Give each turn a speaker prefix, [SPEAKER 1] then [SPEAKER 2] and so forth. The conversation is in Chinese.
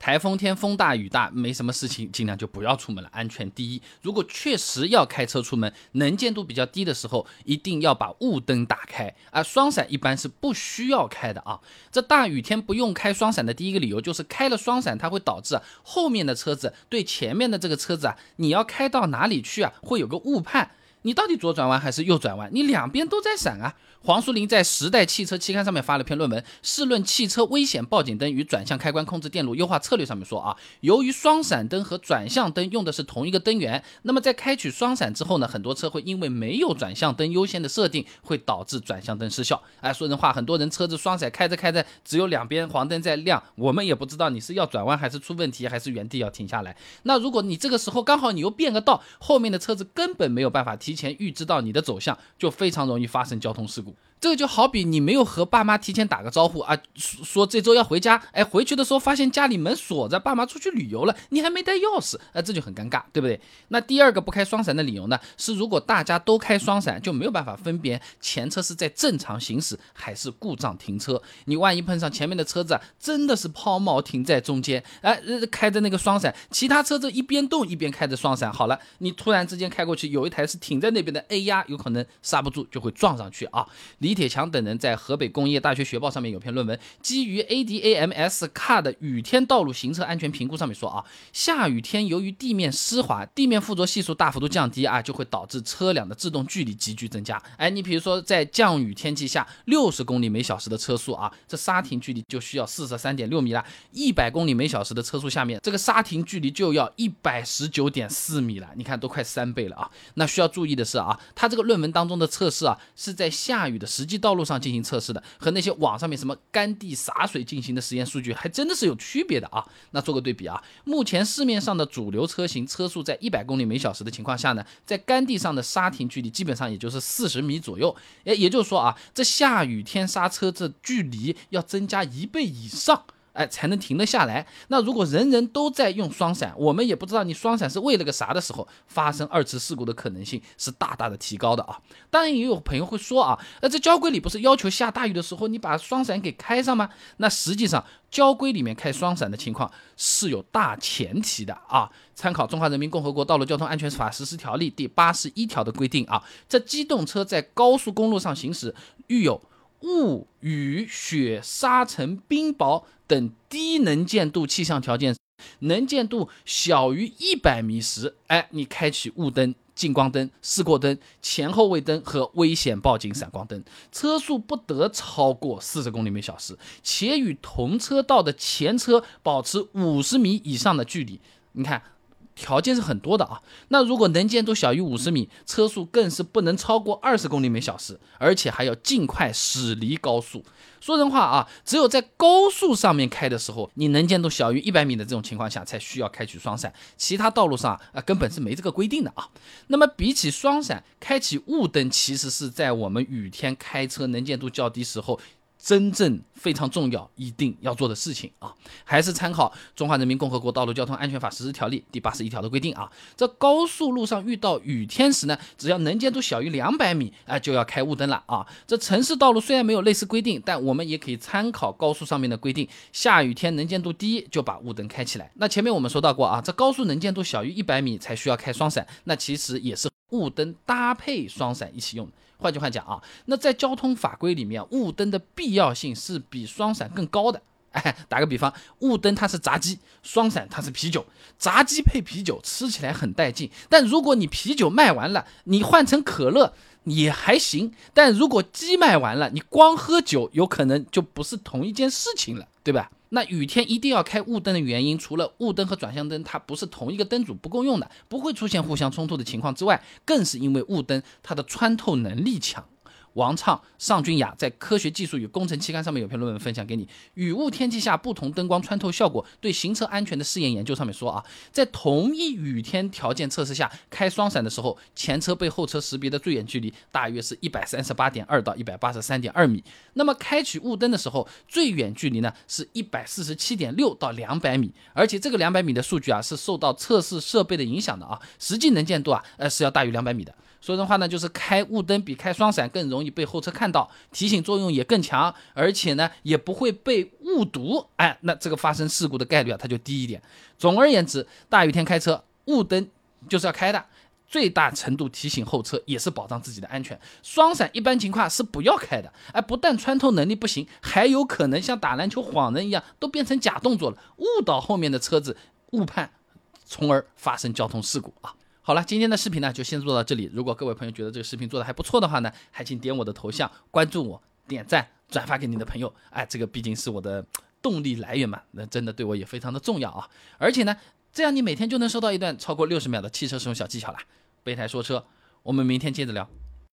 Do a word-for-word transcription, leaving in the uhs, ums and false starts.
[SPEAKER 1] 台风天风大雨大，没什么事情，尽量就不要出门了，安全第一。如果确实要开车出门，能见度比较低的时候，一定要把雾灯打开啊。双闪一般是不需要开的啊。这大雨天不用开双闪的第一个理由就是开了双闪，它会导致、啊、后面的车子对前面的这个车子啊，你要开到哪里去啊，会有个误判。你到底左转弯还是右转弯？你两边都在闪啊！黄树林在《时代汽车》期刊上面发了篇论文，《试论汽车危险报警灯与转向开关控制电路优化策略》上面说啊，由于双闪灯和转向灯用的是同一个灯源，那么在开启双闪之后呢，很多车会因为没有转向灯优先的设定，会导致转向灯失效。哎，说人话，很多人车子双闪开着开着，只有两边黄灯在亮，我们也不知道你是要转弯还是出问题，还是原地要停下来。那如果你这个时候刚好你又变个道，后面的车子根本没有办法提前预知到你的走向，就非常容易发生交通事故。这个就好比你没有和爸妈提前打个招呼啊，说这周要回家，哎，回去的时候发现家里门锁着，爸妈出去旅游了，你还没带钥匙，哎，这就很尴尬，对不对？那第二个不开双闪的理由呢，是如果大家都开双闪，就没有办法分别前车是在正常行驶还是故障停车。你万一碰上前面的车子啊，真的是抛锚停在中间，哎，开着那个双闪，其他车子一边动一边开着双闪，好了，你突然之间开过去，有一台是停在那边的 A 压，有可能刹不住就会撞上去啊。李铁强等人在河北工业大学学报上面有篇论文，基于 A D A M S C A R 的雨天道路行车安全评估上面说啊，下雨天由于地面湿滑，地面附着系数大幅度降低啊，就会导致车辆的制动距离急剧增加。哎，你比如说在降雨天气下，六十公里每小时的车速啊，这刹停距离就需要 四十三点六米了，一百公里每小时的车速下面，这个刹停距离就要 一百十九点四米了，你看都快三倍了啊。那需要注意的是啊，他这个论文当中的测试啊，是在下雨的实际道路上进行测试的，和那些网上面什么干地洒水进行的实验数据还真的是有区别的啊。那做个对比啊，目前市面上的主流车型车速在一百公里每小时的情况下呢，在干地上的刹停距离基本上也就是四十米左右，也就是说啊，这下雨天刹车这距离要增加一倍以上，哎，才能停得下来。那如果人人都在用双闪，我们也不知道你双闪是为了个啥的时候，发生二次事故的可能性是大大的提高的啊。当然也有朋友会说啊，那这交规里不是要求下大雨的时候你把双闪给开上吗？那实际上交规里面开双闪的情况是有大前提的啊。参考《中华人民共和国道路交通安全法实施条例》第八十一条的规定啊，这机动车在高速公路上行驶，遇有雾、雨、雪、沙尘、冰雹等低能见度气象条件，能见度小于一百米时，哎，你开启雾灯、近光灯、事过灯、前后位灯和危险报警闪光灯，车速不得超过四十公里每小时，且与同车道的前车保持五十米以上的距离。你看，条件是很多的啊。那如果能见度小于五十米，车速更是不能超过二十公里每小时，而且还要尽快驶离高速。说人话啊，只有在高速上面开的时候，你能见度小于一百米的这种情况下才需要开启双闪，其他道路上啊根本是没这个规定的啊。那么比起双闪，开启雾灯其实是在我们雨天开车能见度较低时候真正非常重要一定要做的事情啊。还是参考《中华人民共和国道路交通安全法实施条例》第八十一条的规定啊。这高速路上遇到雨天时呢，只要能见度小于两百米，哎，就要开雾灯了啊。这城市道路虽然没有类似规定，但我们也可以参考高速上面的规定，下雨天能见度低就把雾灯开起来。那前面我们说到过啊，这高速能见度小于一百米才需要开双闪，那其实也是雾灯搭配双闪一起用的。换句话讲啊，那在交通法规里面，雾灯的必要性是比双闪更高的。哎，打个比方，雾灯它是炸鸡，双闪它是啤酒。炸鸡配啤酒吃起来很带劲，但如果你啤酒卖完了，你换成可乐也还行，但如果鸡卖完了，你光喝酒有可能就不是同一件事情了，对吧？那雨天一定要开雾灯的原因，除了雾灯和转向灯它不是同一个灯组不够用的，不会出现互相冲突的情况之外，更是因为雾灯它的穿透能力强。王畅、尚俊雅在《科学技术与工程》期刊上面有篇论文分享给你，雨雾天气下不同灯光穿透效果对行车安全的试验研究上面说啊，在同一雨天条件测试下，开双闪的时候，前车被后车识别的最远距离大约是 一百三十八点二 到 一百八十三点二米，那么开启雾灯的时候，最远距离呢是 一百四十七点六 到两百米，而且这个两百米的数据啊是受到测试设备的影响的啊，实际能见度啊呃是要大于两百米的。 说人话呢，就是开雾灯比开双闪更容易被后车看到，提醒作用也更强，而且呢也不会被误读，哎，那这个发生事故的概率啊它就低一点。总而言之，大雨天开车，雾灯就是要开的，最大程度提醒后车，也是保障自己的安全。双闪一般情况是不要开的，哎，不但穿透能力不行，还有可能像打篮球晃人一样，都变成假动作了，误导后面的车子，误判，从而发生交通事故啊。好了，今天的视频呢就先做到这里。如果各位朋友觉得这个视频做的还不错的话呢，还请点我的头像，关注我，点赞，转发给你的朋友。哎，这个毕竟是我的动力来源嘛，那真的对我也非常的重要啊。而且呢，这样你每天就能收到一段超过六十秒的汽车使用小技巧啦。备胎说车，我们明天接着聊。